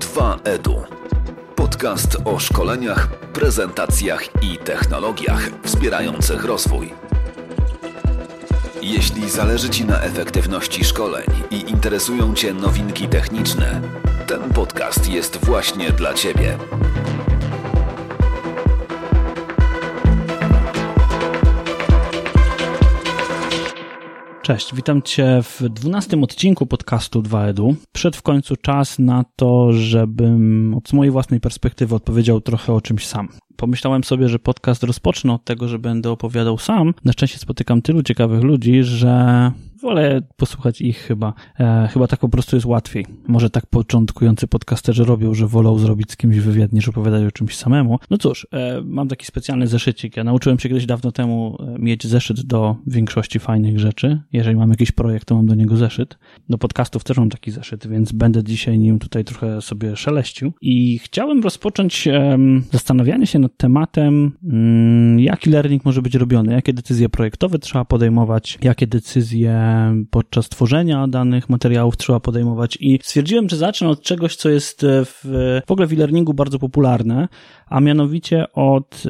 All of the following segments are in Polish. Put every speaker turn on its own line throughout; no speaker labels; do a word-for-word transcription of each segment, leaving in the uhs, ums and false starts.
dwa edu. Podcast o szkoleniach, prezentacjach i technologiach wspierających rozwój. Jeśli zależy Ci na efektywności szkoleń i interesują Cię nowinki techniczne, ten podcast jest właśnie dla Ciebie.
Cześć, witam Cię w dwunastym odcinku podcastu dwa edu. Przyszedł w końcu czas na to, żebym z mojej własnej perspektywy odpowiedział trochę o czymś sam. Pomyślałem sobie, że podcast rozpocznę od tego, że będę opowiadał sam. Na szczęście spotykam tylu ciekawych ludzi, że wolę posłuchać ich chyba. E, chyba tak po prostu jest łatwiej. Może tak początkujący podcasterzy robią, że wolą zrobić z kimś wywiad niż opowiadać o czymś samemu. No cóż, e, mam taki specjalny zeszycik. Ja nauczyłem się kiedyś dawno temu mieć zeszyt do większości fajnych rzeczy. Jeżeli mam jakiś projekt, to mam do niego zeszyt. Do podcastów też mam taki zeszyt, więc będę dzisiaj nim tutaj trochę sobie szeleścił. I chciałem rozpocząć e, zastanawianie się nad tematem, mm, jaki learning może być robiony, jakie decyzje projektowe trzeba podejmować, jakie decyzje podczas tworzenia danych materiałów trzeba podejmować i stwierdziłem, że zacznę od czegoś, co jest w, w ogóle w e-learningu bardzo popularne, a mianowicie od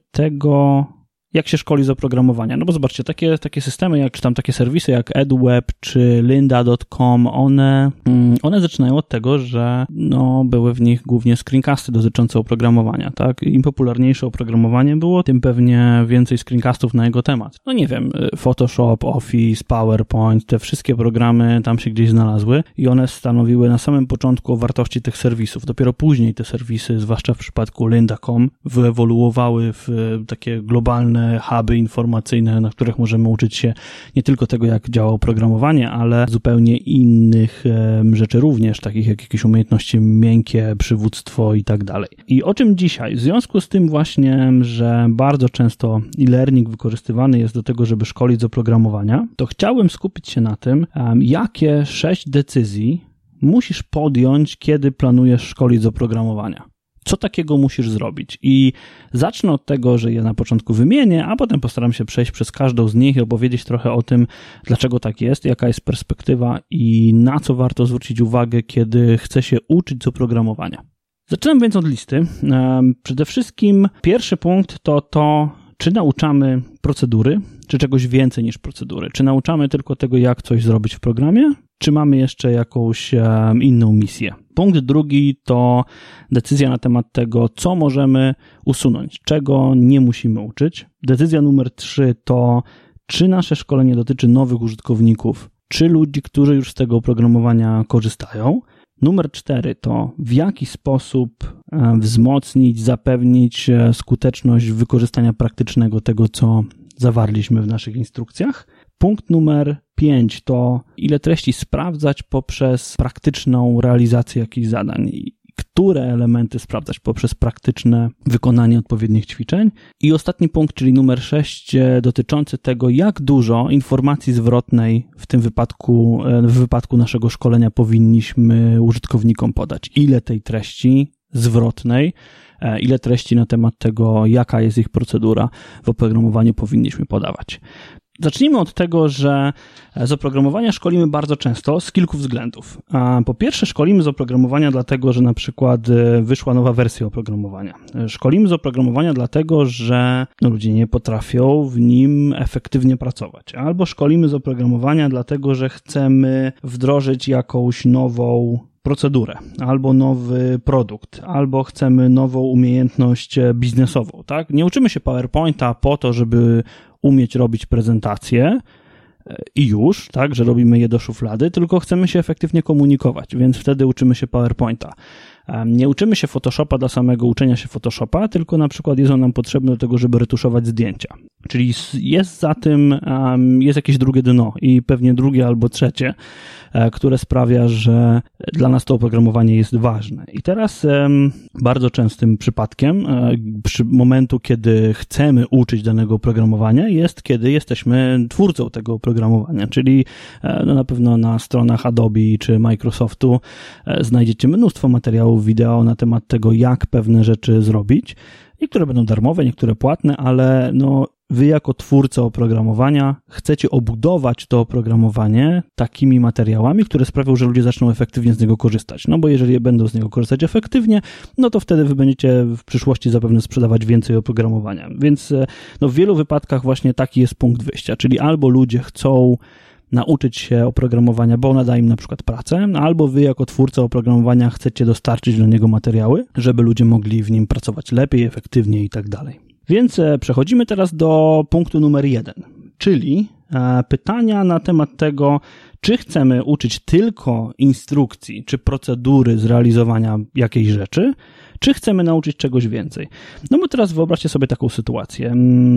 tego, jak się szkoli z oprogramowania. No bo zobaczcie, takie, takie systemy, jak, czy tam takie serwisy jak EduWeb czy lynda kropka com, one, one zaczynają od tego, że no, były w nich głównie screencasty dotyczące oprogramowania, tak? Im popularniejsze oprogramowanie było, tym pewnie więcej screencastów na jego temat. No nie wiem, Photoshop, Office, PowerPoint, te wszystkie programy tam się gdzieś znalazły i one stanowiły na samym początku o wartości tych serwisów. Dopiero później te serwisy, zwłaszcza w przypadku lynda kropka com, wyewoluowały w takie globalne huby informacyjne, na których możemy uczyć się nie tylko tego, jak działa oprogramowanie, ale zupełnie innych rzeczy również, takich jak jakieś umiejętności miękkie, przywództwo i tak dalej. I o czym dzisiaj? W związku z tym właśnie, że bardzo często e-learning wykorzystywany jest do tego, żeby szkolić z oprogramowania, to chciałem skupić się na tym, jakie sześć decyzji musisz podjąć, kiedy planujesz szkolić z oprogramowania. Co takiego musisz zrobić? I zacznę od tego, że je na początku wymienię, a potem postaram się przejść przez każdą z nich i opowiedzieć trochę o tym, dlaczego tak jest, jaka jest perspektywa i na co warto zwrócić uwagę, kiedy chce się uczyć z oprogramowania. Zaczynam więc od listy. Przede wszystkim pierwszy punkt to to, czy nauczamy procedury, czy czegoś więcej niż procedury. Czy nauczamy tylko tego, jak coś zrobić w programie, czy mamy jeszcze jakąś um, inną misję. Punkt drugi to decyzja na temat tego, co możemy usunąć, czego nie musimy uczyć. Decyzja numer trzy to, czy nasze szkolenie dotyczy nowych użytkowników, czy ludzi, którzy już z tego oprogramowania korzystają. Numer cztery to, w jaki sposób wzmocnić, zapewnić skuteczność wykorzystania praktycznego tego, co zawarliśmy w naszych instrukcjach. Punkt numer pięć to, ile treści sprawdzać poprzez praktyczną realizację jakichś zadań. Które elementy sprawdzać poprzez praktyczne wykonanie odpowiednich ćwiczeń. I ostatni punkt, czyli numer sześć, dotyczący tego, jak dużo informacji zwrotnej w tym wypadku, w wypadku naszego szkolenia powinniśmy użytkownikom podać. Ile tej treści zwrotnej, ile treści na temat tego, jaka jest ich procedura w oprogramowaniu powinniśmy podawać. Zacznijmy od tego, że z oprogramowania szkolimy bardzo często z kilku względów. Po pierwsze, szkolimy z oprogramowania dlatego, że na przykład wyszła nowa wersja oprogramowania. Szkolimy z oprogramowania dlatego, że no, ludzie nie potrafią w nim efektywnie pracować. Albo szkolimy z oprogramowania dlatego, że chcemy wdrożyć jakąś nową procedurę, albo nowy produkt, albo chcemy nową umiejętność biznesową, tak? Nie uczymy się PowerPointa po to, żeby umieć robić prezentacje i już, tak, że robimy je do szuflady, tylko chcemy się efektywnie komunikować, więc wtedy uczymy się PowerPointa. Nie uczymy się Photoshopa dla samego uczenia się Photoshopa, tylko na przykład jest on nam potrzebny do tego, żeby retuszować zdjęcia. Czyli jest za tym, jest jakieś drugie dno i pewnie drugie albo trzecie, które sprawia, że dla nas to oprogramowanie jest ważne. I teraz bardzo częstym przypadkiem, przy momentu, kiedy chcemy uczyć danego oprogramowania, jest kiedy jesteśmy twórcą tego oprogramowania, czyli no na pewno na stronach Adobe czy Microsoftu znajdziecie mnóstwo materiałów wideo na temat tego, jak pewne rzeczy zrobić. Niektóre będą darmowe, niektóre płatne, ale no wy jako twórca oprogramowania chcecie obudować to oprogramowanie takimi materiałami, które sprawią, że ludzie zaczną efektywnie z niego korzystać. No bo jeżeli będą z niego korzystać efektywnie, no to wtedy wy będziecie w przyszłości zapewne sprzedawać więcej oprogramowania. Więc no, w wielu wypadkach właśnie taki jest punkt wyjścia, czyli albo ludzie chcą nauczyć się oprogramowania, bo ona da im na przykład pracę, albo wy jako twórca oprogramowania chcecie dostarczyć do niego materiały, żeby ludzie mogli w nim pracować lepiej, efektywniej i tak dalej. Więc przechodzimy teraz do punktu numer jeden, czyli pytania na temat tego, czy chcemy uczyć tylko instrukcji, czy procedury zrealizowania jakiejś rzeczy, czy chcemy nauczyć czegoś więcej. No bo teraz wyobraźcie sobie taką sytuację.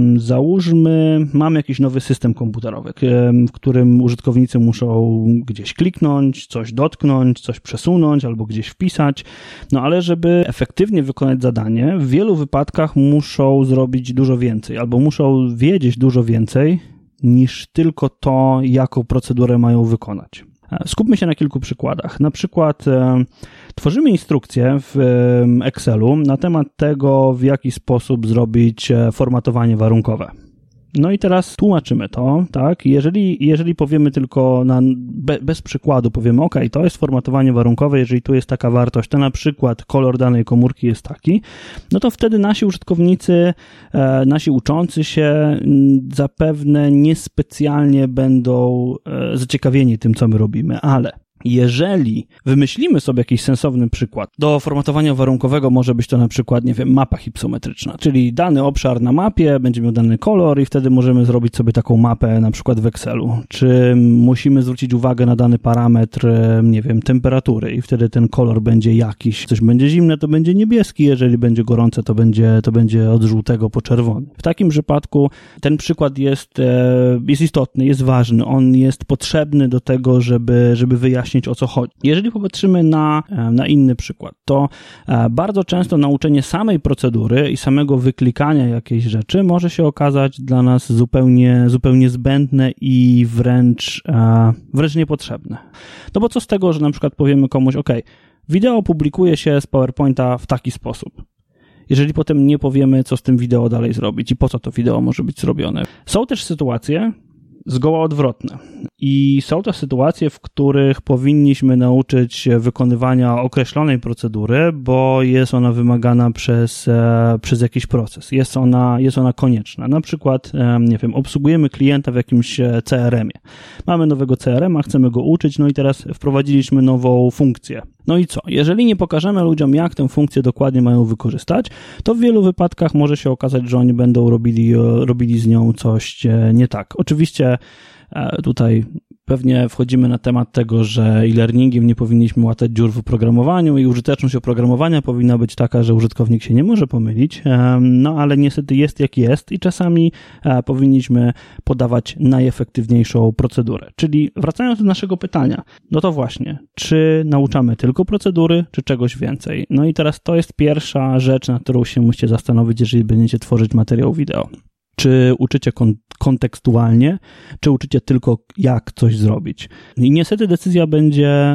Załóżmy, mamy jakiś nowy system komputerowy, w którym użytkownicy muszą gdzieś kliknąć, coś dotknąć, coś przesunąć albo gdzieś wpisać. No ale żeby efektywnie wykonać zadanie, w wielu wypadkach muszą zrobić dużo więcej albo muszą wiedzieć dużo więcej niż tylko to, jaką procedurę mają wykonać. Skupmy się na kilku przykładach. Na przykład e, tworzymy instrukcję w e, Excelu na temat tego, w jaki sposób zrobić e, formatowanie warunkowe. No i teraz tłumaczymy to, tak? Jeżeli, jeżeli powiemy tylko na, be, bez przykładu, powiemy ok, to jest formatowanie warunkowe, jeżeli tu jest taka wartość, to na przykład kolor danej komórki jest taki, no to wtedy nasi użytkownicy, e, nasi uczący się m, zapewne niespecjalnie będą e, zaciekawieni tym, co my robimy, ale jeżeli wymyślimy sobie jakiś sensowny przykład, do formatowania warunkowego może być to na przykład, nie wiem, mapa hipsometryczna, czyli dany obszar na mapie będzie miał dany kolor i wtedy możemy zrobić sobie taką mapę na przykład w Excelu. Czy musimy zwrócić uwagę na dany parametr, nie wiem, temperatury i wtedy ten kolor będzie jakiś. Coś będzie zimne, to będzie niebieski, jeżeli będzie gorące, to będzie, to będzie od żółtego po czerwony. W takim przypadku ten przykład jest, jest istotny, jest ważny, on jest potrzebny do tego, żeby, żeby wyjaśnić, o co chodzi. Jeżeli popatrzymy na, na inny przykład, to bardzo często nauczenie samej procedury i samego wyklikania jakiejś rzeczy może się okazać dla nas zupełnie, zupełnie zbędne i wręcz, wręcz niepotrzebne. No bo co z tego, że na przykład powiemy komuś, ok, wideo publikuje się z PowerPointa w taki sposób. Jeżeli potem nie powiemy, co z tym wideo dalej zrobić i po co to wideo może być zrobione. Są też sytuacje zgoła odwrotne. I są to sytuacje, w których powinniśmy nauczyć się wykonywania określonej procedury, bo jest ona wymagana przez, e, przez jakiś proces. Jest ona, jest ona konieczna. Na przykład, e, nie wiem, obsługujemy klienta w jakimś C R M-ie. Mamy nowego C R M-a, chcemy go uczyć, no i teraz wprowadziliśmy nową funkcję. No i co? Jeżeli nie pokażemy ludziom, jak tę funkcję dokładnie mają wykorzystać, to w wielu wypadkach może się okazać, że oni będą robili, robili z nią coś nie tak. Oczywiście tutaj pewnie wchodzimy na temat tego, że e-learningiem nie powinniśmy łatać dziur w oprogramowaniu i użyteczność oprogramowania powinna być taka, że użytkownik się nie może pomylić, no ale niestety jest jak jest i czasami powinniśmy podawać najefektywniejszą procedurę. Czyli wracając do naszego pytania, no to właśnie, czy nauczamy tylko procedury, czy czegoś więcej? No i teraz to jest pierwsza rzecz, nad którą się musicie zastanowić, jeżeli będziecie tworzyć materiał wideo. Czy uczycie kon- kontekstualnie, czy uczycie tylko jak coś zrobić. I niestety decyzja będzie,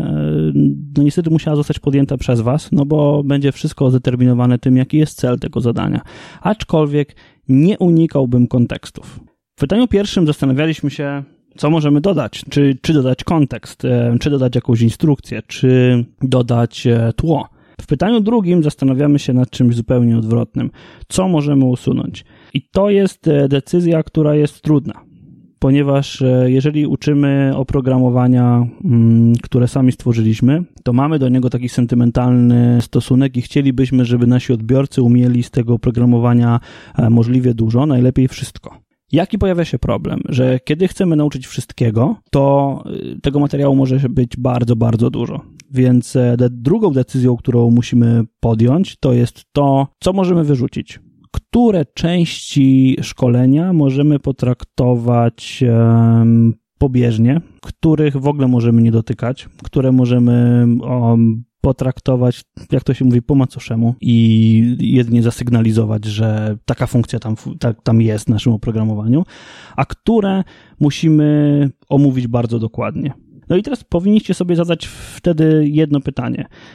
no niestety musiała zostać podjęta przez was, no bo będzie wszystko zdeterminowane tym, jaki jest cel tego zadania. Aczkolwiek nie unikałbym kontekstów. W pytaniu pierwszym zastanawialiśmy się, co możemy dodać, czy, czy dodać kontekst, czy dodać jakąś instrukcję, czy dodać tło. W pytaniu drugim zastanawiamy się nad czymś zupełnie odwrotnym. Co możemy usunąć? I to jest decyzja, która jest trudna, ponieważ jeżeli uczymy oprogramowania, które sami stworzyliśmy, to mamy do niego taki sentymentalny stosunek i chcielibyśmy, żeby nasi odbiorcy umieli z tego oprogramowania możliwie dużo, najlepiej wszystko. Jaki pojawia się problem? Że kiedy chcemy nauczyć wszystkiego, to tego materiału może być bardzo, bardzo dużo. Więc drugą decyzją, którą musimy podjąć, to jest to, co możemy wyrzucić. Które części szkolenia możemy potraktować um, pobieżnie, których w ogóle możemy nie dotykać, które możemy um, potraktować, jak to się mówi, po macoszemu i jedynie zasygnalizować, że taka funkcja tam, ta, tam jest w naszym oprogramowaniu, a które musimy omówić bardzo dokładnie. No i teraz powinniście sobie zadać wtedy jedno pytanie.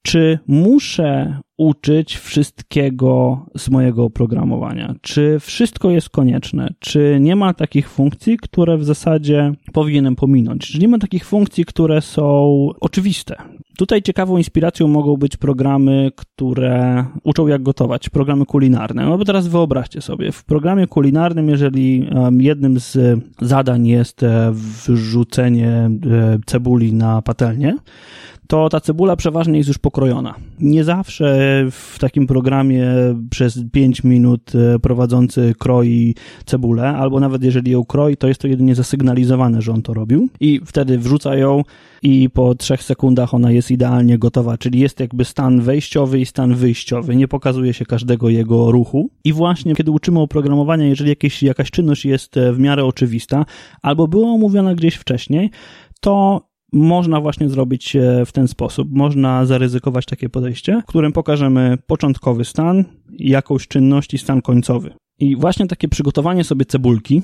Czy muszę uczyć wszystkiego z mojego oprogramowania? Czy wszystko jest konieczne? Czy nie ma takich funkcji, które w zasadzie powinienem pominąć? Czy nie ma takich funkcji, które są oczywiste? Tutaj ciekawą inspiracją mogą być programy, które uczą jak gotować, programy kulinarne. No bo teraz wyobraźcie sobie, w programie kulinarnym, jeżeli jednym z zadań jest wrzucenie cebuli na patelnię, to ta cebula przeważnie jest już pokrojona. Nie zawsze w takim programie przez pięć minut prowadzący kroi cebulę, albo nawet jeżeli ją kroi, to jest to jedynie zasygnalizowane, że on to robił i wtedy wrzuca ją i po trzech sekundach ona jest idealnie gotowa, czyli jest jakby stan wejściowy i stan wyjściowy. Nie pokazuje się każdego jego ruchu. I właśnie kiedy uczymy oprogramowania, jeżeli jakieś, jakaś czynność jest w miarę oczywista albo była omówiona gdzieś wcześniej, to można właśnie zrobić w ten sposób. Można zaryzykować takie podejście, w którym pokażemy początkowy stan, jakąś czynność i stan końcowy. I właśnie takie przygotowanie sobie cebulki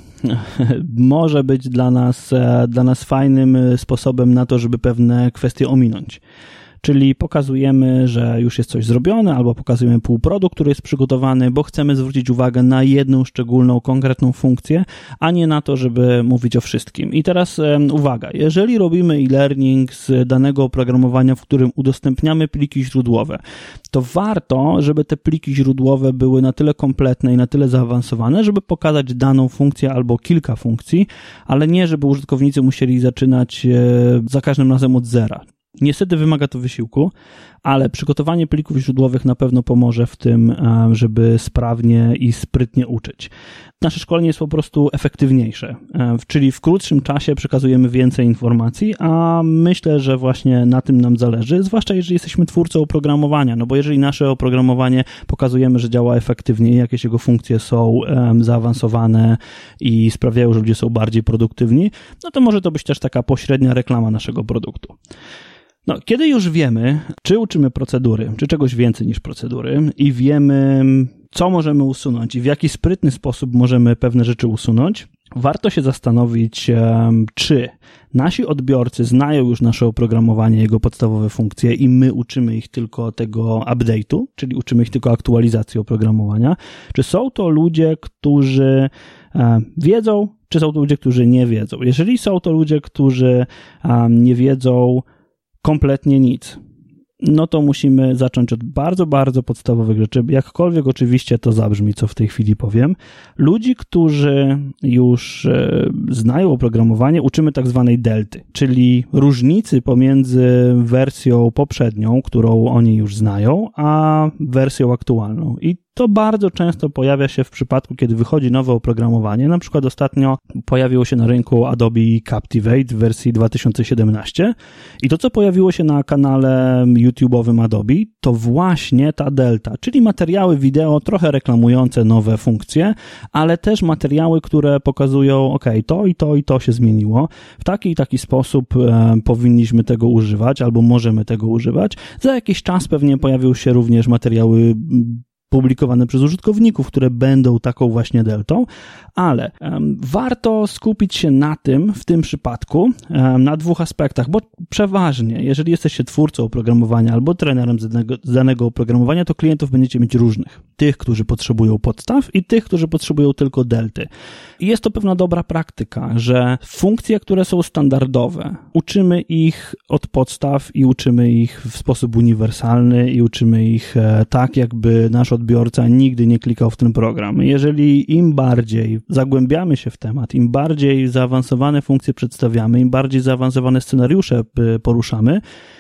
może być dla nas, dla nas fajnym sposobem na to, żeby pewne kwestie ominąć. Czyli pokazujemy, że już jest coś zrobione, albo pokazujemy półprodukt, który jest przygotowany, bo chcemy zwrócić uwagę na jedną szczególną, konkretną funkcję, a nie na to, żeby mówić o wszystkim. I teraz um, uwaga, jeżeli robimy e-learning z danego oprogramowania, w którym udostępniamy pliki źródłowe, to warto, żeby te pliki źródłowe były na tyle kompletne i na tyle zaawansowane, żeby pokazać daną funkcję albo kilka funkcji, ale nie, żeby użytkownicy musieli zaczynać e, za każdym razem od zera. Niestety wymaga to wysiłku, ale przygotowanie plików źródłowych na pewno pomoże w tym, żeby sprawnie i sprytnie uczyć. Nasze szkolenie jest po prostu efektywniejsze, czyli w krótszym czasie przekazujemy więcej informacji, a myślę, że właśnie na tym nam zależy, zwłaszcza jeżeli jesteśmy twórcą oprogramowania, no bo jeżeli nasze oprogramowanie pokazujemy, że działa efektywnie, jakieś jego funkcje są zaawansowane i sprawiają, że ludzie są bardziej produktywni, no to może to być też taka pośrednia reklama naszego produktu. No, kiedy już wiemy, czy uczymy procedury, czy czegoś więcej niż procedury i wiemy, co możemy usunąć i w jaki sprytny sposób możemy pewne rzeczy usunąć, warto się zastanowić, czy nasi odbiorcy znają już nasze oprogramowanie, jego podstawowe funkcje i my uczymy ich tylko tego update'u, czyli uczymy ich tylko aktualizacji oprogramowania, czy są to ludzie, którzy wiedzą, czy są to ludzie, którzy nie wiedzą. Jeżeli są to ludzie, którzy nie wiedzą kompletnie nic, no to musimy zacząć od bardzo, bardzo podstawowych rzeczy, jakkolwiek oczywiście to zabrzmi, co w tej chwili powiem. Ludzi, którzy już e, znają oprogramowanie, uczymy tak zwanej delty, czyli różnicy pomiędzy wersją poprzednią, którą oni już znają, a wersją aktualną. I to bardzo często pojawia się w przypadku, kiedy wychodzi nowe oprogramowanie. Na przykład ostatnio pojawiło się na rynku Adobe Captivate w wersji dwa tysiące siedemnaście i to, co pojawiło się na kanale YouTube'owym Adobe, to właśnie ta delta, czyli materiały wideo trochę reklamujące nowe funkcje, ale też materiały, które pokazują, ok, to i to i to się zmieniło. W taki i taki sposób e, powinniśmy tego używać albo możemy tego używać. Za jakiś czas pewnie pojawią się również materiały publikowane przez użytkowników, które będą taką właśnie deltą, ale um, warto skupić się na tym, w tym przypadku, um, na dwóch aspektach, bo przeważnie, jeżeli jesteście twórcą oprogramowania albo trenerem z danego, z danego oprogramowania, to klientów będziecie mieć różnych. Tych, którzy potrzebują podstaw i tych, którzy potrzebują tylko delty. I jest to pewna dobra praktyka, że funkcje, które są standardowe, uczymy ich od podstaw i uczymy ich w sposób uniwersalny i uczymy ich e, tak, jakby nasz odbiorca nigdy nie klikał w ten program. Jeżeli im bardziej zagłębiamy się w temat, im bardziej zaawansowane funkcje przedstawiamy, im bardziej zaawansowane scenariusze poruszamy,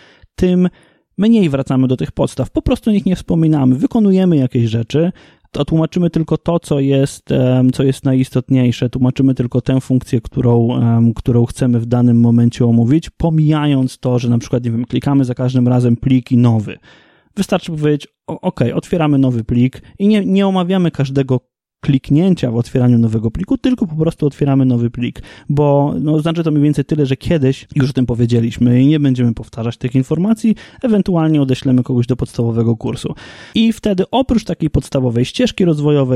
tym mniej wracamy do tych podstaw. Po prostu o nich nie wspominamy, wykonujemy jakieś rzeczy, to tłumaczymy tylko to, co jest, co jest najistotniejsze, tłumaczymy tylko tę funkcję, którą, którą chcemy w danym momencie omówić, pomijając to, że na przykład, nie wiem, klikamy za każdym razem plik i nowy. Wystarczy powiedzieć, ok, otwieramy nowy plik i nie, nie omawiamy każdego kliknięcia w otwieraniu nowego pliku, tylko po prostu otwieramy nowy plik, bo no, znaczy to mniej więcej tyle, że kiedyś już o tym powiedzieliśmy i nie będziemy powtarzać tych informacji, ewentualnie odeślemy kogoś do podstawowego kursu. I wtedy oprócz takiej podstawowej ścieżki rozwojowej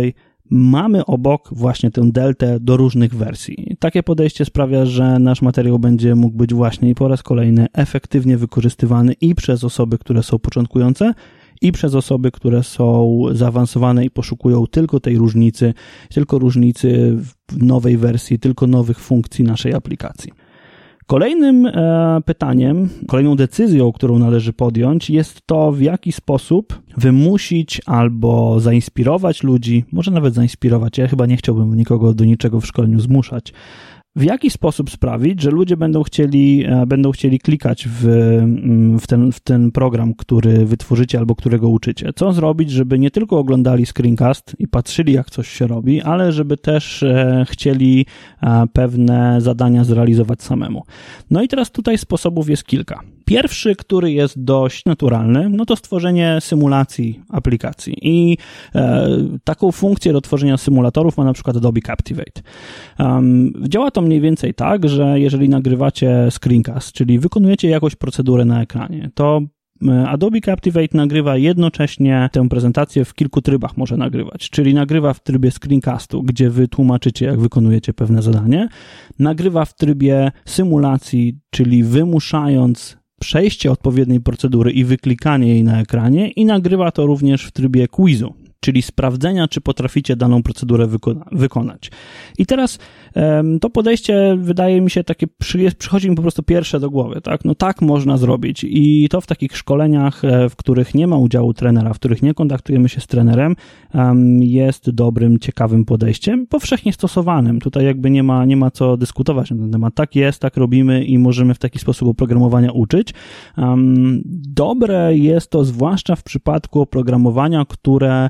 mamy obok właśnie tę deltę do różnych wersji. Takie podejście sprawia, że nasz materiał będzie mógł być właśnie i po raz kolejny efektywnie wykorzystywany i przez osoby, które są początkujące, i przez osoby, które są zaawansowane i poszukują tylko tej różnicy, tylko różnicy w nowej wersji, tylko nowych funkcji naszej aplikacji. Kolejnym e, pytaniem, kolejną decyzją, którą należy podjąć, jest to, w jaki sposób wymusić albo zainspirować ludzi, może nawet zainspirować, ja chyba nie chciałbym nikogo do niczego w szkoleniu zmuszać, w jaki sposób sprawić, że ludzie będą chcieli, będą chcieli klikać w, w, ten, w ten program, który wytworzycie albo którego uczycie. Co zrobić, żeby nie tylko oglądali screencast i patrzyli, jak coś się robi, ale żeby też chcieli pewne zadania zrealizować samemu. No i teraz tutaj sposobów jest kilka. Pierwszy, który jest dość naturalny, no to stworzenie symulacji aplikacji i e, taką funkcję do tworzenia symulatorów ma na przykład Adobe Captivate. Um, działa to mniej więcej tak, że jeżeli nagrywacie screencast, czyli wykonujecie jakąś procedurę na ekranie, to Adobe Captivate nagrywa jednocześnie tę prezentację w kilku trybach może nagrywać, czyli nagrywa w trybie screencastu, gdzie wy tłumaczycie, jak wykonujecie pewne zadanie, nagrywa w trybie symulacji, czyli wymuszając przejście odpowiedniej procedury i wyklikanie jej na ekranie i nagrywa to również w trybie quizu, czyli sprawdzenia, czy potraficie daną procedurę wykona- wykonać. I teraz um, to podejście wydaje mi się takie, przy, przychodzi mi po prostu pierwsze do głowy, tak? No tak można zrobić i to w takich szkoleniach, w których nie ma udziału trenera, w których nie kontaktujemy się z trenerem, um, jest dobrym, ciekawym podejściem, powszechnie stosowanym. Tutaj jakby nie ma, nie ma co dyskutować na ten temat. Tak jest, tak robimy i możemy w taki sposób oprogramowania uczyć. Um, dobre jest to zwłaszcza w przypadku oprogramowania, które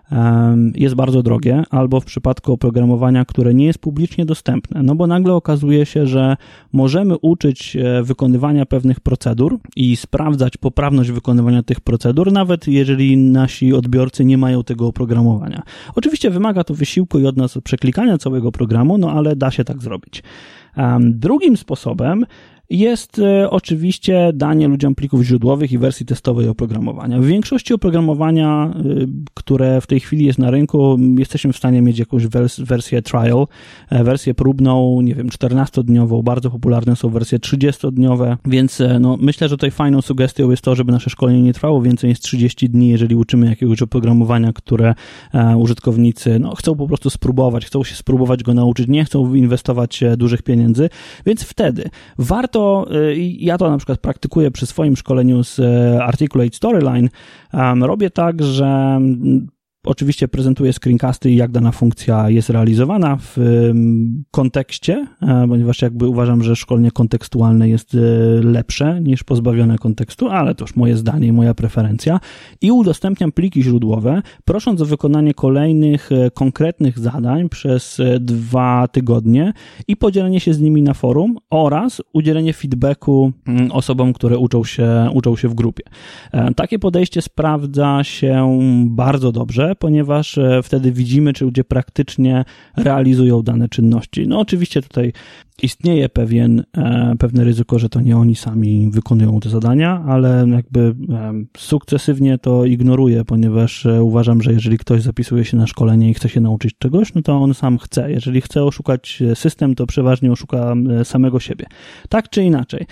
jest bardzo drogie, albo w przypadku oprogramowania, które nie jest publicznie dostępne, no bo nagle okazuje się, że możemy uczyć wykonywania pewnych procedur i sprawdzać poprawność wykonywania tych procedur, nawet jeżeli nasi odbiorcy nie mają tego oprogramowania. Oczywiście wymaga to wysiłku i od nas przeklikania całego programu, no ale da się tak zrobić. Drugim sposobem jest e, oczywiście danie ludziom plików źródłowych i wersji testowej oprogramowania. W większości oprogramowania, y, które w tej chwili jest na rynku, jesteśmy w stanie mieć jakąś wers- wersję trial, e, wersję próbną, nie wiem, czternastodniową, bardzo popularne są wersje trzydziestodniowe, więc e, no, myślę, że tutaj fajną sugestią jest to, żeby nasze szkolenie nie trwało więcej niż trzydzieści dni, jeżeli uczymy jakiegoś oprogramowania, które e, użytkownicy no, chcą po prostu spróbować, chcą się spróbować go nauczyć, nie chcą inwestować e, dużych pieniędzy, więc wtedy warto to ja to na przykład praktykuję przy swoim szkoleniu z Articulate Storyline. Robię tak, że oczywiście prezentuję screencasty i jak dana funkcja jest realizowana w kontekście, ponieważ jakby uważam, że szkolenie kontekstualne jest lepsze niż pozbawione kontekstu, ale to już moje zdanie i moja preferencja. I udostępniam pliki źródłowe, prosząc o wykonanie kolejnych konkretnych zadań przez dwa tygodnie i podzielenie się z nimi na forum oraz udzielenie feedbacku osobom, które uczą się, uczą się w grupie. Takie podejście sprawdza się bardzo dobrze, ponieważ wtedy widzimy, czy ludzie praktycznie realizują dane czynności. No oczywiście tutaj istnieje pewien, pewne ryzyko, że to nie oni sami wykonują te zadania, ale jakby sukcesywnie to ignoruję, ponieważ uważam, że jeżeli ktoś zapisuje się na szkolenie i chce się nauczyć czegoś, no to on sam chce. Jeżeli chce oszukać system, to przeważnie oszuka samego siebie. Tak czy inaczej.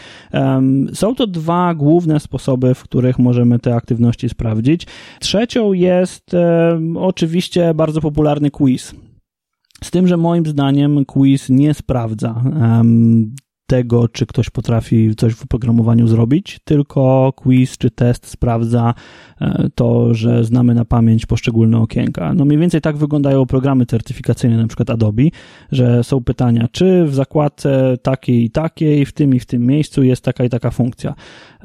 Są to dwa główne sposoby, w których możemy te aktywności sprawdzić. Trzecią jest oczywiście bardzo popularny quiz. Z tym, że moim zdaniem quiz nie sprawdza um, tego, czy ktoś potrafi coś w oprogramowaniu zrobić, tylko quiz czy test sprawdza to, że znamy na pamięć poszczególne okienka. No mniej więcej tak wyglądają programy certyfikacyjne, na przykład Adobe, że są pytania, czy w zakładce takiej i takiej, w tym i w tym miejscu jest taka i taka funkcja.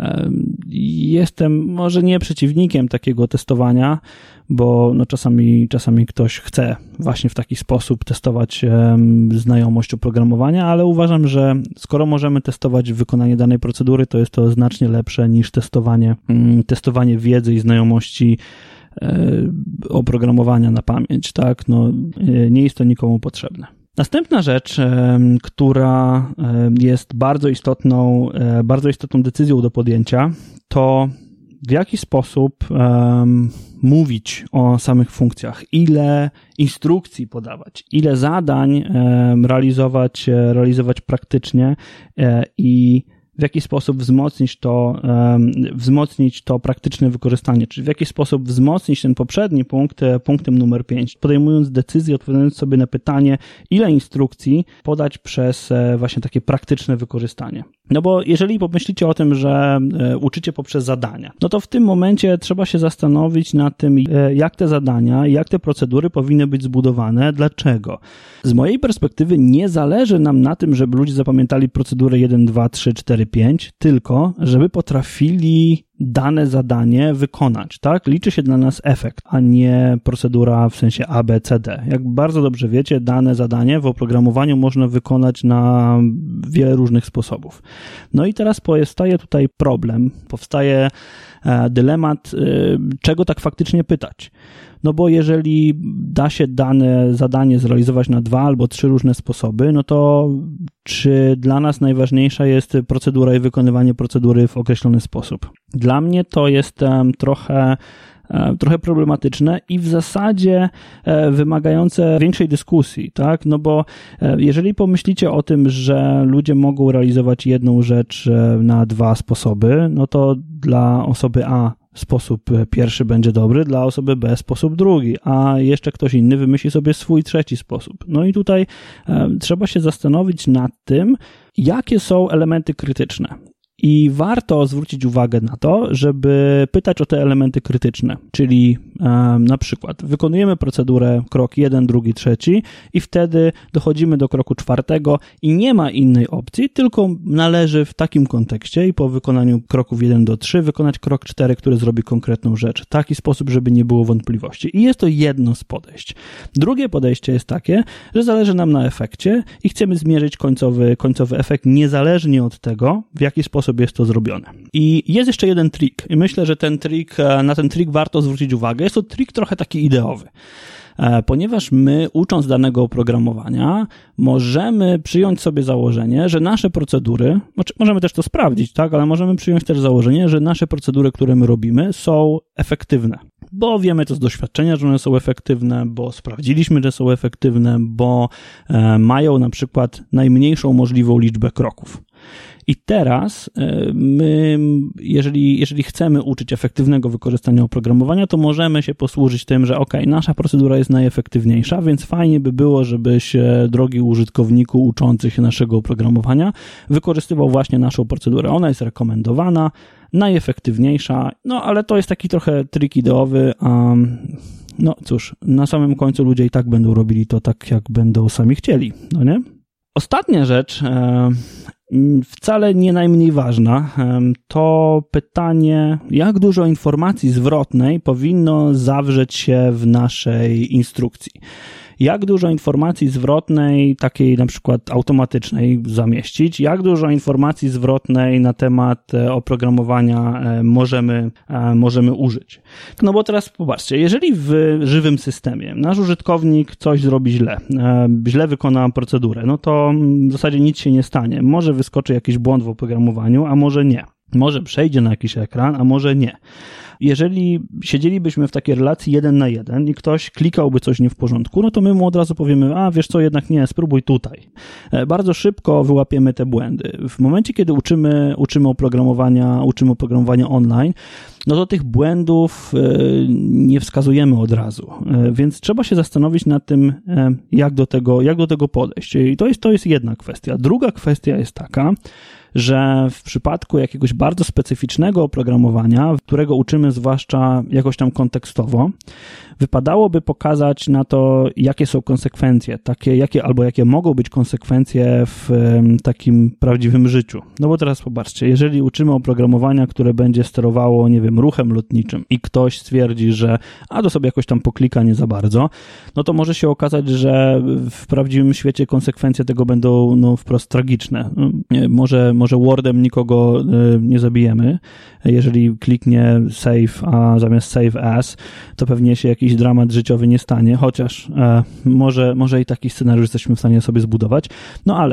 Jestem może nie przeciwnikiem takiego testowania, bo no czasami, czasami ktoś chce właśnie w taki sposób testować um, znajomość oprogramowania, ale uważam, że skoro możemy testować wykonanie danej procedury, to jest to znacznie lepsze niż testowanie, um, testowanie wiedzy i znajomości um, oprogramowania na pamięć, tak? No, nie jest to nikomu potrzebne. Następna rzecz, um, która um, jest bardzo istotną, um, bardzo istotną decyzją do podjęcia, to w jaki sposób um, mówić o samych funkcjach, ile instrukcji podawać, ile zadań um, realizować, realizować praktycznie um, i w jaki sposób wzmocnić to, um, wzmocnić to praktyczne wykorzystanie, czyli w jaki sposób wzmocnić ten poprzedni punkt punktem numer pięć, podejmując decyzję, odpowiadając sobie na pytanie, ile instrukcji podać przez właśnie takie praktyczne wykorzystanie. No bo jeżeli pomyślicie o tym, że uczycie poprzez zadania, no to w tym momencie trzeba się zastanowić nad tym, jak te zadania, jak te procedury powinny być zbudowane, dlaczego. Z mojej perspektywy nie zależy nam na tym, żeby ludzie zapamiętali procedurę jeden, dwa, trzy, cztery, pięć, tylko żeby potrafili dane zadanie wykonać, tak? Liczy się dla nas efekt, a nie procedura w sensie A, B, C, D. Jak bardzo dobrze wiecie, dane zadanie w oprogramowaniu można wykonać na wiele różnych sposobów. No i teraz powstaje tutaj problem, powstaje dylemat, czego tak faktycznie pytać. No bo jeżeli da się dane zadanie zrealizować na dwa albo trzy różne sposoby, no to czy dla nas najważniejsza jest procedura i wykonywanie procedury w określony sposób? Dla mnie to jest um, trochę trochę problematyczne i w zasadzie wymagające większej dyskusji, tak? No bo jeżeli pomyślicie o tym, że ludzie mogą realizować jedną rzecz na dwa sposoby, no to dla osoby A sposób pierwszy będzie dobry, dla osoby B sposób drugi, a jeszcze ktoś inny wymyśli sobie swój trzeci sposób. No i tutaj trzeba się zastanowić nad tym, jakie są elementy krytyczne. I warto zwrócić uwagę na to, żeby pytać o te elementy krytyczne, czyli um, na przykład wykonujemy procedurę krok jeden, drugi, trzeci i wtedy dochodzimy do kroku czwartego i nie ma innej opcji, tylko należy w takim kontekście i po wykonaniu kroków jeden do trzech wykonać krok cztery, który zrobi konkretną rzecz, w taki sposób, żeby nie było wątpliwości. I jest to jedno z podejść. Drugie podejście jest takie, że zależy nam na efekcie i chcemy zmierzyć końcowy, końcowy efekt niezależnie od tego, w jaki sposób jest to zrobione. I jest jeszcze jeden trik. I myślę, że ten trik, na ten trik warto zwrócić uwagę. Jest to trik trochę taki ideowy. Ponieważ my, ucząc danego oprogramowania, możemy przyjąć sobie założenie, że nasze procedury, możemy też to sprawdzić, tak, ale możemy przyjąć też założenie, że nasze procedury, które my robimy, są efektywne. Bo wiemy to z doświadczenia, że one są efektywne, bo sprawdziliśmy, że są efektywne, bo mają na przykład najmniejszą możliwą liczbę kroków. I teraz my, jeżeli, jeżeli chcemy uczyć efektywnego wykorzystania oprogramowania, to możemy się posłużyć tym, że ok, nasza procedura jest najefektywniejsza, więc fajnie by było, żebyś, drogi użytkowniku uczący się naszego oprogramowania, wykorzystywał właśnie naszą procedurę. Ona jest rekomendowana, najefektywniejsza, no ale to jest taki trochę trik ideowy, a no cóż, na samym końcu ludzie i tak będą robili to tak, jak będą sami chcieli, no nie? Ostatnia rzecz, wcale nie najmniej ważna, to pytanie, jak dużo informacji zwrotnej powinno zawrzeć się w naszej instrukcji. Jak dużo informacji zwrotnej, takiej na przykład automatycznej, zamieścić, jak dużo informacji zwrotnej na temat oprogramowania możemy, możemy użyć. No bo teraz popatrzcie, jeżeli w żywym systemie nasz użytkownik coś zrobi źle, źle wykona procedurę, no to w zasadzie nic się nie stanie. Może wyskoczy jakiś błąd w oprogramowaniu, a może nie. Może przejdzie na jakiś ekran, a może nie. Jeżeli siedzielibyśmy w takiej relacji jeden na jeden i ktoś klikałby coś nie w porządku, no to my mu od razu powiemy, a wiesz co, jednak nie, spróbuj tutaj. Bardzo szybko wyłapiemy te błędy. W momencie, kiedy uczymy, uczymy oprogramowania, uczymy oprogramowania online, no to tych błędów nie wskazujemy od razu, więc trzeba się zastanowić nad tym, jak do tego, jak do tego podejść. I to jest, to jest jedna kwestia. Druga kwestia jest taka, że w przypadku jakiegoś bardzo specyficznego oprogramowania, którego uczymy zwłaszcza jakoś tam kontekstowo, wypadałoby pokazać na to, jakie są konsekwencje, takie, jakie, albo jakie mogą być konsekwencje w takim prawdziwym życiu. No bo teraz popatrzcie, jeżeli uczymy oprogramowania, które będzie sterowało, nie wiem, ruchem lotniczym i ktoś stwierdzi, że a to sobie jakoś tam poklika nie za bardzo, no to może się okazać, że w prawdziwym świecie konsekwencje tego będą no, wprost tragiczne. Może, może Wordem nikogo nie zabijemy, jeżeli kliknie save, a zamiast save as, to pewnie się jakiś dramat życiowy nie stanie, chociaż e, może, może i taki scenariusz jesteśmy w stanie sobie zbudować. No ale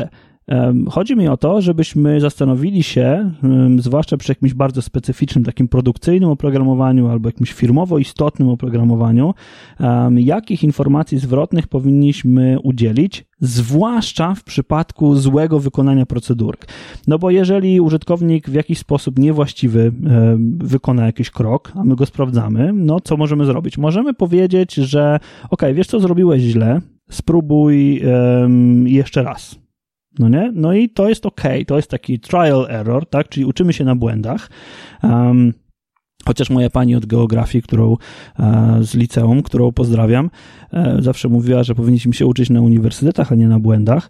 Chodzi mi o to, żebyśmy zastanowili się, zwłaszcza przy jakimś bardzo specyficznym, takim produkcyjnym oprogramowaniu albo jakimś firmowo istotnym oprogramowaniu, jakich informacji zwrotnych powinniśmy udzielić, zwłaszcza w przypadku złego wykonania procedur. No bo jeżeli użytkownik w jakiś sposób niewłaściwy wykona jakiś krok, a my go sprawdzamy, no co możemy zrobić? Możemy powiedzieć, że ok, wiesz co, zrobiłeś źle, spróbuj um, jeszcze raz. No nie? No i to jest ok, to jest taki trial error, tak? Czyli uczymy się na błędach. Um, chociaż moja pani od geografii, którą e, z liceum, którą pozdrawiam, e, zawsze mówiła, że powinniśmy się uczyć na uniwersytetach, a nie na błędach,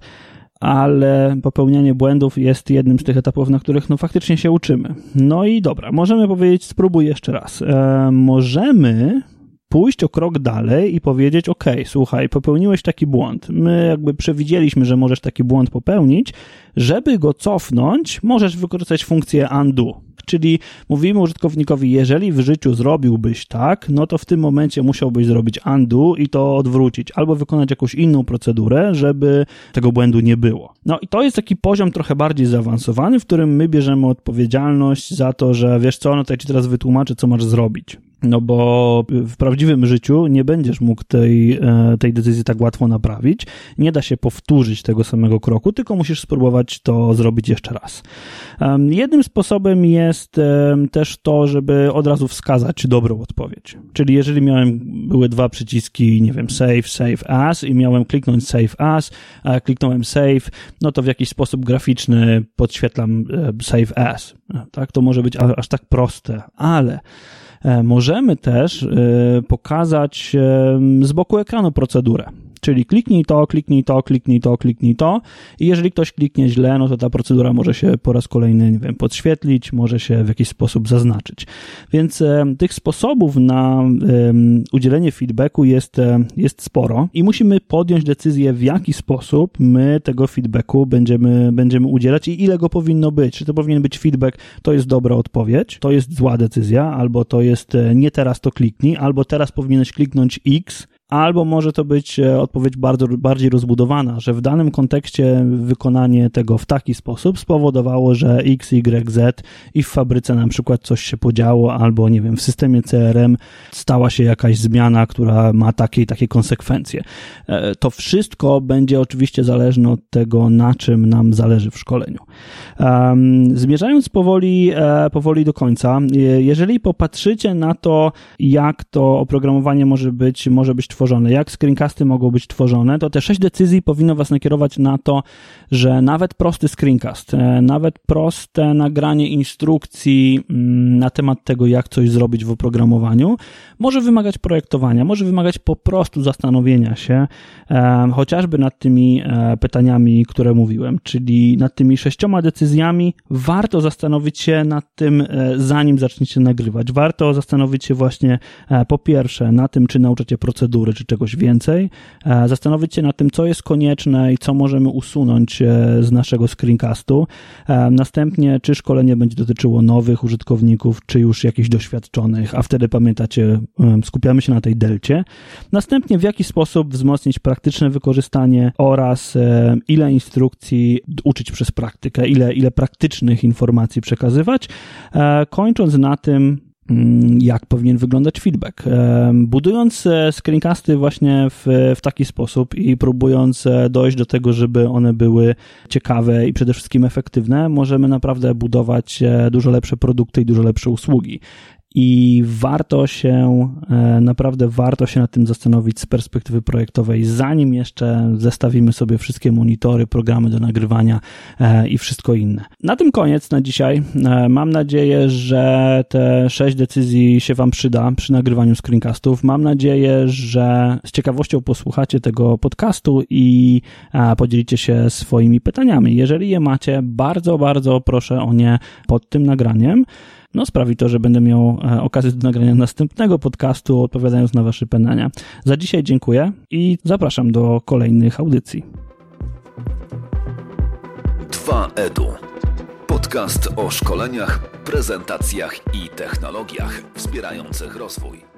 ale popełnianie błędów jest jednym z tych etapów, na których no faktycznie się uczymy. No i dobra, możemy powiedzieć, spróbuj jeszcze raz. E, możemy pójść o krok dalej i powiedzieć, ok, słuchaj, popełniłeś taki błąd. My jakby przewidzieliśmy, że możesz taki błąd popełnić. Żeby go cofnąć, możesz wykorzystać funkcję undo. Czyli mówimy użytkownikowi, jeżeli w życiu zrobiłbyś tak, no to w tym momencie musiałbyś zrobić undo i to odwrócić, albo wykonać jakąś inną procedurę, żeby tego błędu nie było. No i to jest taki poziom trochę bardziej zaawansowany, w którym my bierzemy odpowiedzialność za to, że wiesz co, no to ja ci teraz wytłumaczę, co masz zrobić. No bo w prawdziwym życiu nie będziesz mógł tej, tej decyzji tak łatwo naprawić. Nie da się powtórzyć tego samego kroku, tylko musisz spróbować to zrobić jeszcze raz. Jednym sposobem jest też to, żeby od razu wskazać dobrą odpowiedź. Czyli jeżeli miałem, były dwa przyciski, nie wiem, save, save as i miałem kliknąć save as, a kliknąłem save, no to w jakiś sposób graficzny podświetlam save as. Tak, to może być aż tak proste, ale możemy też pokazać z boku ekranu procedurę. Czyli kliknij to, kliknij to, kliknij to, kliknij to i jeżeli ktoś kliknie źle, no to ta procedura może się po raz kolejny, nie wiem, podświetlić, może się w jakiś sposób zaznaczyć. Więc e, tych sposobów na e, udzielenie feedbacku jest, e, jest sporo i musimy podjąć decyzję, w jaki sposób my tego feedbacku będziemy, będziemy udzielać i ile go powinno być. Czy to powinien być feedback, to jest dobra odpowiedź, to jest zła decyzja, albo to jest e, nie teraz to kliknij, albo teraz powinieneś kliknąć X, albo może to być odpowiedź bardzo, bardziej rozbudowana, że w danym kontekście wykonanie tego w taki sposób spowodowało, że X, Y, Z i w fabryce na przykład coś się podziało, albo nie wiem, w systemie C R M stała się jakaś zmiana, która ma takie i takie konsekwencje. To wszystko będzie oczywiście zależne od tego, na czym nam zależy w szkoleniu. Zmierzając powoli, powoli do końca, jeżeli popatrzycie na to, jak to oprogramowanie może być, może być tworzone, jak screencasty mogą być tworzone, to te sześć decyzji powinno was nakierować na to, że nawet prosty screencast, nawet proste nagranie instrukcji na temat tego, jak coś zrobić w oprogramowaniu, może wymagać projektowania, może wymagać po prostu zastanowienia się e, chociażby nad tymi e, pytaniami, które mówiłem, czyli nad tymi sześcioma decyzjami warto zastanowić się nad tym, e, zanim zaczniecie nagrywać. Warto zastanowić się właśnie e, po pierwsze na tym, czy nauczycie procedury, czy czegoś więcej, e, zastanowić się nad tym, co jest konieczne i co możemy usunąć e, z naszego screencastu. E, następnie, czy szkolenie będzie dotyczyło nowych użytkowników, czy już jakichś doświadczonych, a wtedy pamiętacie, e, skupiamy się na tej delcie. Następnie, w jaki sposób wzmocnić praktyczne wykorzystanie oraz e, ile instrukcji uczyć przez praktykę, ile, ile praktycznych informacji przekazywać, e, kończąc na tym, jak powinien wyglądać feedback. Budując screencasty właśnie w, w taki sposób i próbując dojść do tego, żeby one były ciekawe i przede wszystkim efektywne, możemy naprawdę budować dużo lepsze produkty i dużo lepsze usługi. I warto się, naprawdę warto się nad tym zastanowić z perspektywy projektowej, zanim jeszcze zestawimy sobie wszystkie monitory, programy do nagrywania i wszystko inne. Na tym koniec na dzisiaj. Mam nadzieję, że te sześć decyzji się wam przyda przy nagrywaniu screencastów. Mam nadzieję, że z ciekawością posłuchacie tego podcastu i podzielicie się swoimi pytaniami. Jeżeli je macie, bardzo, bardzo proszę o nie pod tym nagraniem. No sprawi to, że będę miał okazję do nagrania następnego podcastu, odpowiadając na wasze pytania. Za dzisiaj dziękuję i zapraszam do kolejnych audycji.
dwa edu. Podcast o szkoleniach, prezentacjach i technologiach wspierających rozwój.